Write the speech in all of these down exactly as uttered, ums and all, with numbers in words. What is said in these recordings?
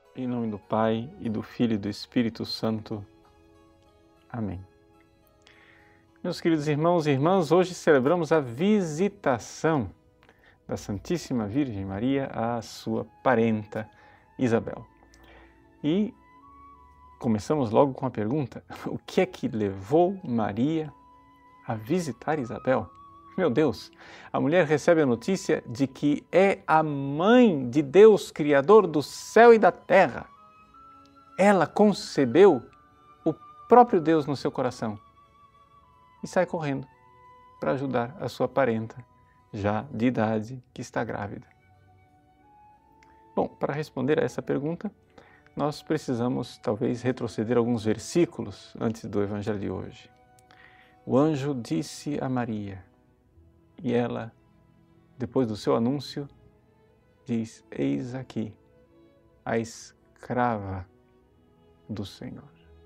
Em nome do Pai, e do Filho e do Espírito Santo. Amém. Meus queridos irmãos e irmãs, hoje celebramos a visitação da Santíssima Virgem Maria à sua parenta Isabel. E começamos logo com a pergunta: o que é que levou Maria a visitar Isabel? Meu Deus, a mulher recebe a notícia de que é a mãe de Deus, Criador do céu e da terra. Ela concebeu o próprio Deus no seu coração e sai correndo para ajudar a sua parenta, já de idade, que está grávida. Bom, para responder a essa pergunta, nós precisamos talvez retroceder alguns versículos antes do Evangelho de hoje. O anjo disse a Maria, e ela, depois do seu anúncio, diz: eis aqui a escrava do Senhor.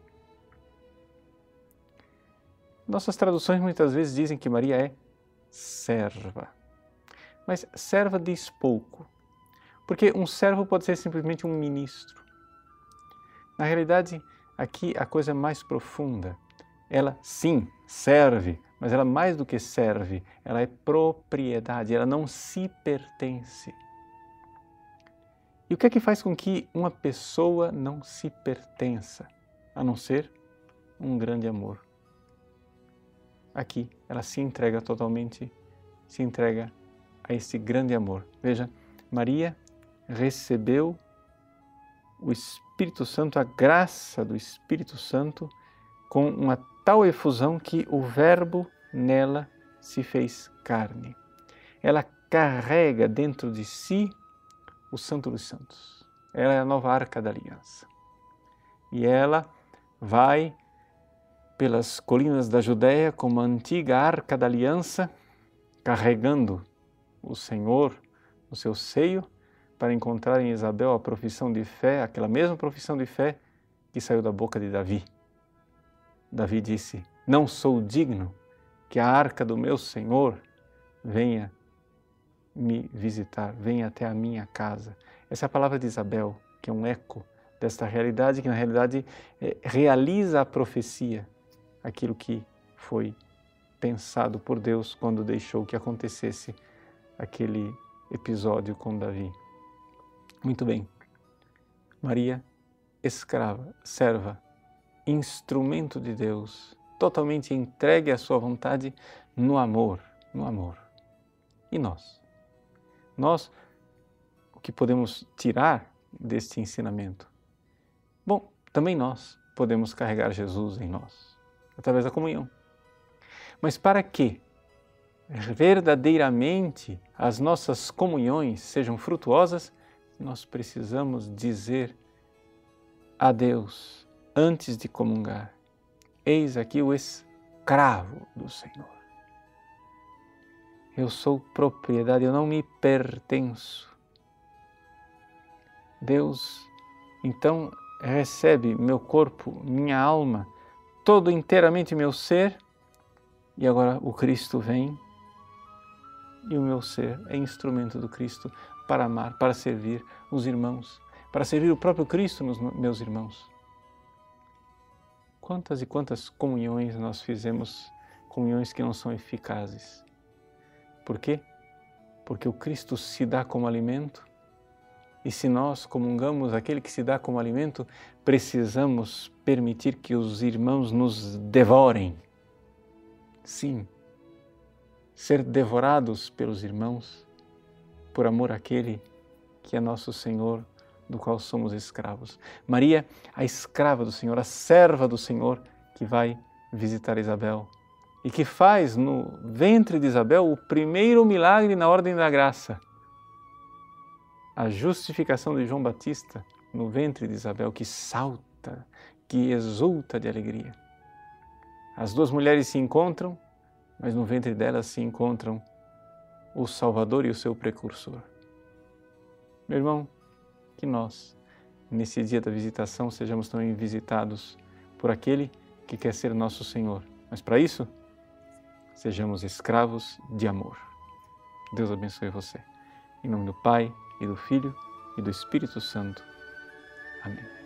Nossas traduções muitas vezes dizem que Maria é serva, mas serva diz pouco, porque um servo pode ser simplesmente um ministro. Na realidade, aqui a coisa é mais profunda. Ela, sim, serve, mas ela mais do que serve, ela é propriedade, ela não se pertence. E o que é que faz com que uma pessoa não se pertença, a não ser um grande amor? Aqui, ela se entrega totalmente, se entrega a esse grande amor. Veja, Maria recebeu o Espírito Santo, a graça do Espírito Santo, com uma tal efusão que o Verbo nela se fez carne. Ela carrega dentro de si o Santo dos Santos. Ela é a nova Arca da Aliança. E ela vai pelas colinas da Judéia como a antiga Arca da Aliança, carregando o Senhor no seu seio, para encontrar em Isabel a profissão de fé, aquela mesma profissão de fé que saiu da boca de Davi. Davi disse: não sou digno que a arca do meu Senhor venha me visitar, venha até a minha casa. Essa é a palavra de Isabel, que é um eco desta realidade, que na realidade é, realiza a profecia, aquilo que foi pensado por Deus quando deixou que acontecesse aquele episódio com Davi. Muito bem. Maria, escrava, serva, instrumento de Deus, totalmente entregue à sua vontade no amor, no amor. E nós? Nós, o que podemos tirar deste ensinamento? Bom, também nós podemos carregar Jesus em nós, através da comunhão. Mas para que verdadeiramente as nossas comunhões sejam frutuosas, nós precisamos dizer a Deus, antes de comungar: eis aqui o escravo do Senhor. Eu sou propriedade, eu não me pertenço. Deus, então, recebe meu corpo, minha alma, todo inteiramente meu ser, e agora o Cristo vem e o meu ser é instrumento do Cristo para amar, para servir os irmãos, para servir o próprio Cristo nos meus irmãos. Quantas e quantas comunhões nós fizemos, comunhões que não são eficazes. Por quê? Porque o Cristo se dá como alimento, e se nós comungamos aquele que se dá como alimento, precisamos permitir que os irmãos nos devorem. Sim, ser devorados pelos irmãos, por amor àquele que é nosso Senhor, do qual somos escravos. Maria, a escrava do Senhor, a serva do Senhor, que vai visitar Isabel e que faz no ventre de Isabel o primeiro milagre na ordem da graça. A justificação de João Batista no ventre de Isabel, que salta, que exulta de alegria. As duas mulheres se encontram, mas no ventre delas se encontram o Salvador e o seu precursor. Meu irmão, que nós, nesse dia da visitação, sejamos também visitados por aquele que quer ser nosso Senhor. Mas para isso, sejamos escravos de amor. Deus abençoe você. Em nome do Pai, e do Filho, e do Espírito Santo. Amém.